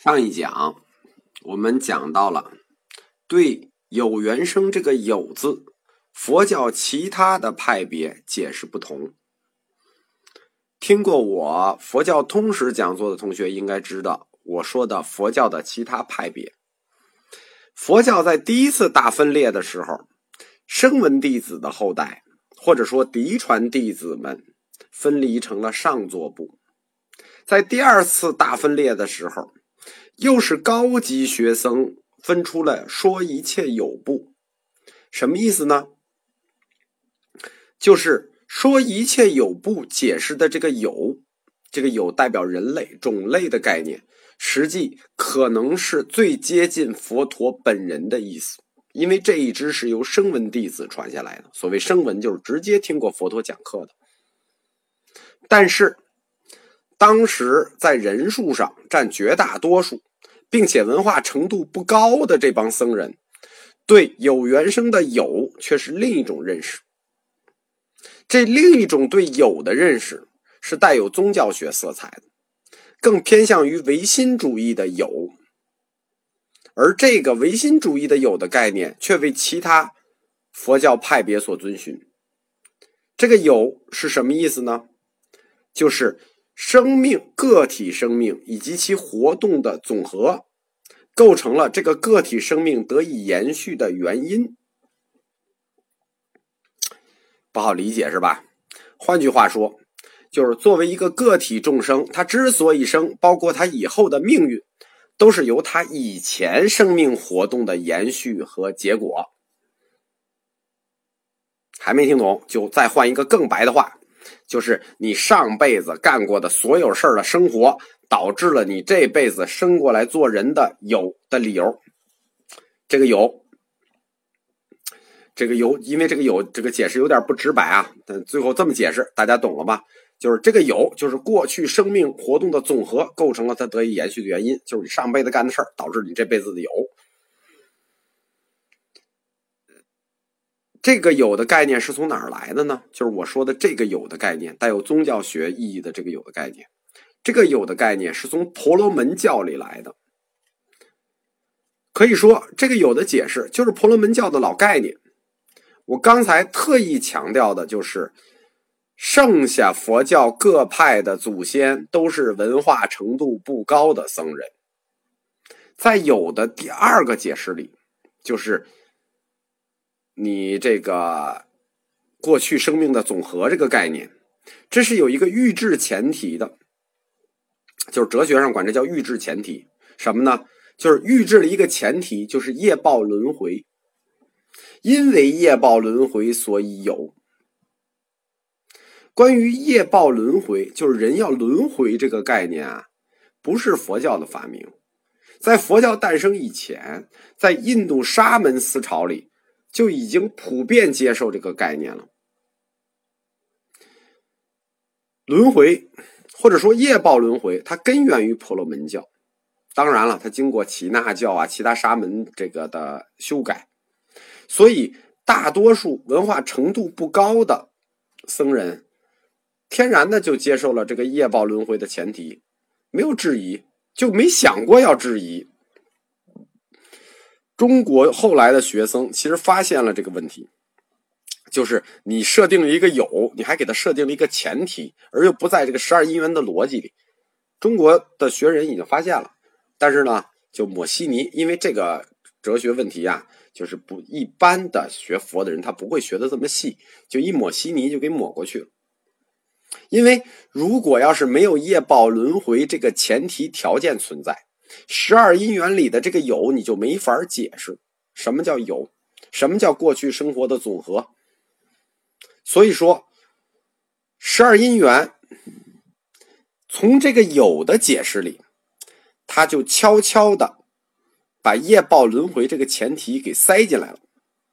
上一讲我们讲到了对有原生这个有字，佛教其他的派别解释不同。听过我佛教通识讲座的同学应该知道我说的佛教的其他派别。佛教在第一次大分裂的时候，声闻弟子的后代或者说嫡传弟子们分离成了上座部。在第二次大分裂的时候，又是高级学僧分出了说一切有部。什么意思呢？就是说一切有部解释的这个有，这个有代表人类种类的概念，实际可能是最接近佛陀本人的意思，因为这一支是由声闻弟子传下来的。所谓声闻就是直接听过佛陀讲课的。但是当时在人数上占绝大多数，并且文化程度不高的这帮僧人，对有原生的有却是另一种认识。这另一种对有的认识是带有宗教学色彩的，更偏向于唯心主义的有。而这个唯心主义的有的概念却为其他佛教派别所遵循。这个有是什么意思呢？就是生命、个体生命以及其活动的总和，构成了这个个体生命得以延续的原因。不好理解是吧？换句话说，就是作为一个个体众生，他之所以生，包括他以后的命运，都是由他以前生命活动的延续和结果。还没听懂，就再换一个更白的话，就是你上辈子干过的所有事儿的生活，导致了你这辈子生过来做人的有的理由。这个有，因为这个有这个解释有点不直白啊，但最后这么解释大家懂了吧？就是这个有就是过去生命活动的总和，构成了它得以延续的原因，就是你上辈子干的事儿导致你这辈子的有。这个有的概念是从哪儿来的呢？就是我说的这个有的概念，带有宗教学意义的这个有的概念。这个有的概念是从婆罗门教里来的。可以说这个有的解释就是婆罗门教的老概念。我刚才特意强调的就是剩下佛教各派的祖先都是文化程度不高的僧人。在有的第二个解释里，就是你这个过去生命的总和这个概念，这是有一个预置前提的，就是哲学上管这叫预置前提。什么呢？就是预置了一个前提，就是业报轮回。因为业报轮回，所以有。关于业报轮回，就是人要轮回这个概念啊，不是佛教的发明。在佛教诞生以前，在印度沙门思潮里就已经普遍接受这个概念了。轮回或者说业报轮回，它根源于婆罗门教。当然了，它经过耆那教啊其他沙门这个的修改，所以大多数文化程度不高的僧人天然的就接受了这个业报轮回的前提，没有质疑，就没想过要质疑。中国后来的学僧其实发现了这个问题，就是你设定了一个有，你还给它设定了一个前提，而又不在这个12因缘的逻辑里。中国的学人已经发现了，但是呢，就抹稀泥，因为这个哲学问题啊，就是不一般的学佛的人他不会学得这么细，就一抹稀泥就给抹过去了。因为如果要是没有业报轮回这个前提条件存在，12因缘里的这个有你就没法解释什么叫有，什么叫过去生活的总和。所以说12因缘从这个有的解释里，他就悄悄的把业报轮回这个前提给塞进来了，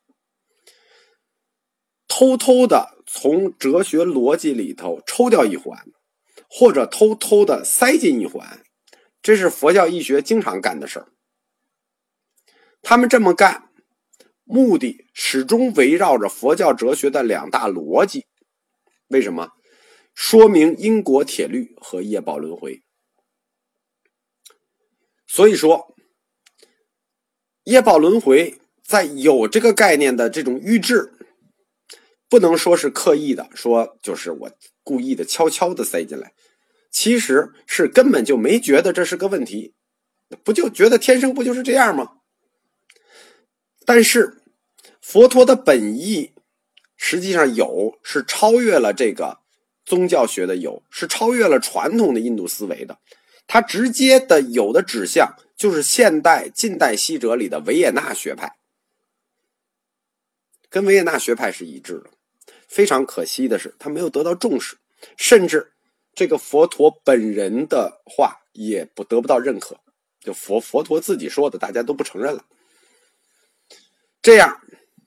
偷偷的从哲学逻辑里头抽掉一环，或者偷偷的塞进一环，这是佛教义学经常干的事儿。他们这么干，目的始终围绕着佛教哲学的两大逻辑。为什么？说明因果铁律和业报轮回。 所以说业报轮回在有这个概念的这种预制，不能说是刻意的，说就是我故意的悄悄的塞进来，其实是根本就没觉得这是个问题，不就觉得天生不就是这样吗？但是佛陀的本意实际上有是超越了这个宗教学的有，是超越了传统的印度思维的，它直接的有的指向就是现代近代西哲里的维也纳学派，跟维也纳学派是一致的。非常可惜的是，他没有得到重视，甚至这个佛陀本人的话也得不到认可，就佛陀自己说的，大家都不承认了。这样，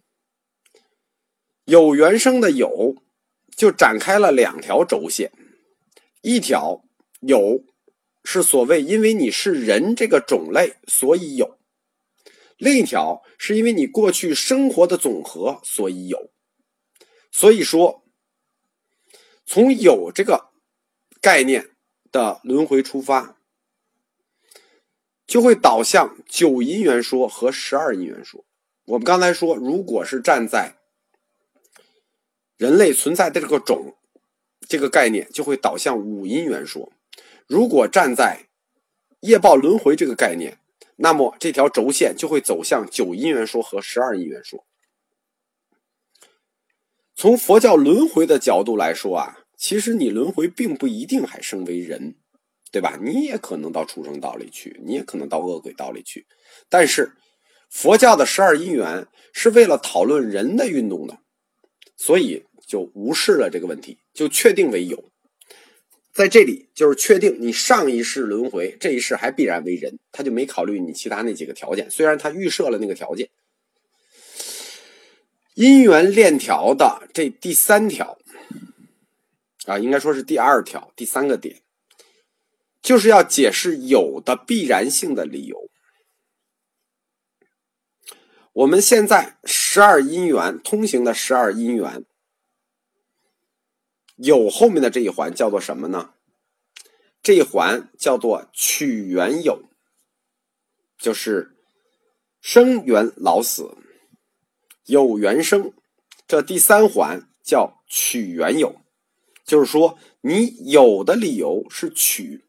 有原生的有就展开了两条轴线，一条有是所谓因为你是人这个种类所以有，另一条是因为你过去生活的总和所以有。所以说从有这个概念的轮回出发，就会导向9因缘说和12因缘说。我们刚才说，如果是站在人类存在的这个种这个概念，就会导向5因缘说。如果站在业报轮回这个概念，那么这条轴线就会走向9因缘说和12因缘说。从佛教轮回的角度来说啊，其实你轮回并不一定还生为人，对吧？你也可能到畜生道里去，你也可能到恶鬼道里去。但是佛教的12因缘是为了讨论人的运动的，所以就无视了这个问题，就确定为有。在这里就是确定你上一世轮回，这一世还必然为人，他就没考虑你其他那几个条件，虽然他预设了那个条件。因缘链条的这第3条应该说是第2条，第3个点，就是要解释有的必然性的理由。我们现在12因缘通行的12因缘，有后面的这一环叫做什么呢？这一环叫做取缘有，就是生缘老死有缘生，这第3环叫取缘有，就是说你有的理由是取。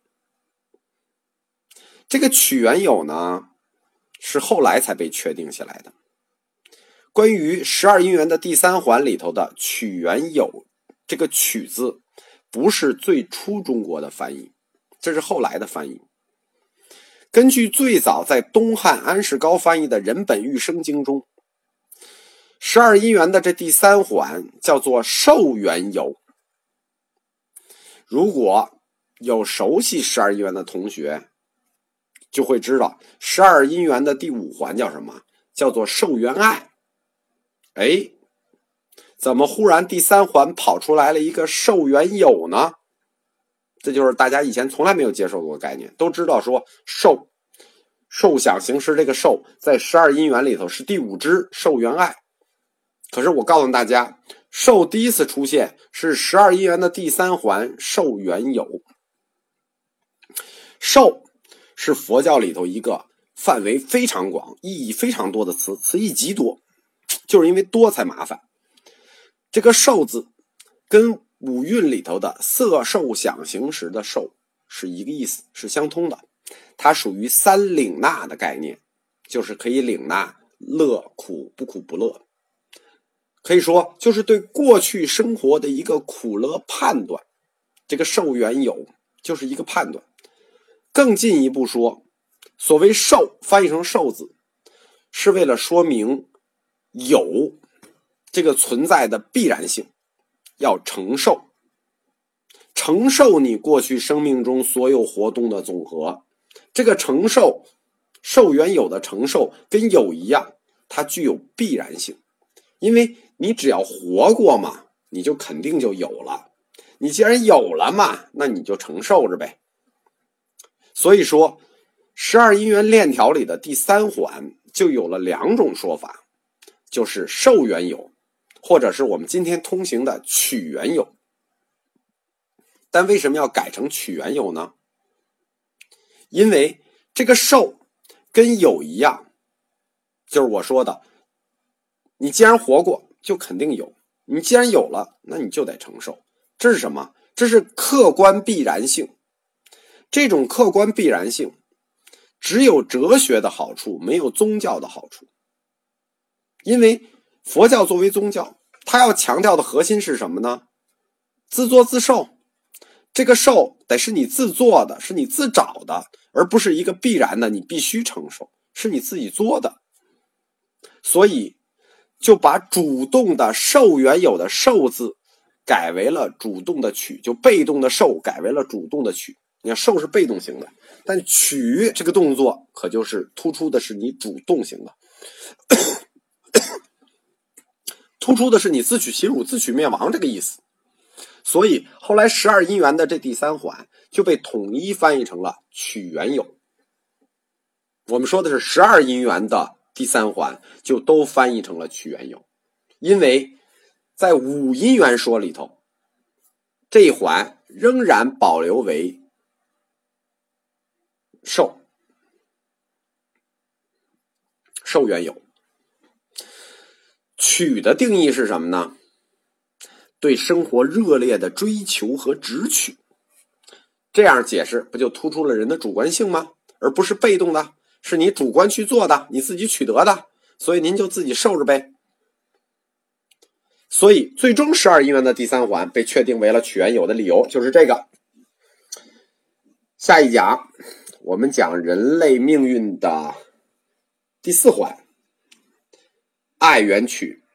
这个取缘有呢，是后来才被确定下来的。关于12因缘的第3环里头的取缘有，这个取字不是最初中国的翻译，这是后来的翻译。根据最早在东汉安世高翻译的人本欲生经中，12因缘的这第3环叫做受缘有。如果有熟悉12因缘的同学就会知道12因缘的第5环叫什么？叫做受缘爱。怎么忽然第3环跑出来了一个受缘有呢？这就是大家以前从来没有接受过的概念，都知道说受想行识这个受在12因缘里头是第5支受缘爱。可是我告诉大家，受第一次出现是12因缘的第3环受缘有。受是佛教里头一个范围非常广、意义非常多的词，词义极多，就是因为多才麻烦。这个受字跟五蕴里头的色受想行识的受是一个意思，是相通的。它属于3领纳的概念，就是可以领纳乐苦不苦不乐，可以说就是对过去生活的一个苦乐判断。这个受缘有就是一个判断。更进一步说，所谓受翻译成受字，是为了说明有这个存在的必然性，要承受你过去生命中所有活动的总和。这个承受，受缘有的承受跟有一样，它具有必然性，因为你只要活过嘛，你就肯定就有了，你既然有了嘛，那你就承受着呗。所以说12因缘链条里的第3环就有了2种说法，就是受缘有，或者是我们今天通行的取缘有。但为什么要改成取缘有呢？因为这个受跟有一样，就是我说的，你既然活过，就肯定有；你既然有了，那你就得承受。这是什么？这是客观必然性。这种客观必然性，只有哲学的好处，没有宗教的好处。因为佛教作为宗教，它要强调的核心是什么呢？自作自受。这个受得是你自做的，是你自找的，而不是一个必然的你必须承受，是你自己做的。所以就把主动的受原有的受字改为了主动的取，就被动的受改为了主动的取。你看受是被动型的，但取这个动作可就是突出的是你主动型的突出的是你自取其辱自取灭亡这个意思。所以后来12因缘的这第三环就被统一翻译成了取缘有。我们说的是12因缘的第三环就都翻译成了取缘有。因为在5因缘说里头，这一环仍然保留为受缘有。取的定义是什么呢？对生活热烈的追求和执取。这样解释不就突出了人的主观性吗？而不是被动的，是你主观去做的，你自己取得的，所以您就自己受着呗。所以最终12因缘的第三环被确定为了取缘有的理由就是这个。下一讲我们讲人类命运的第4环，爱缘取。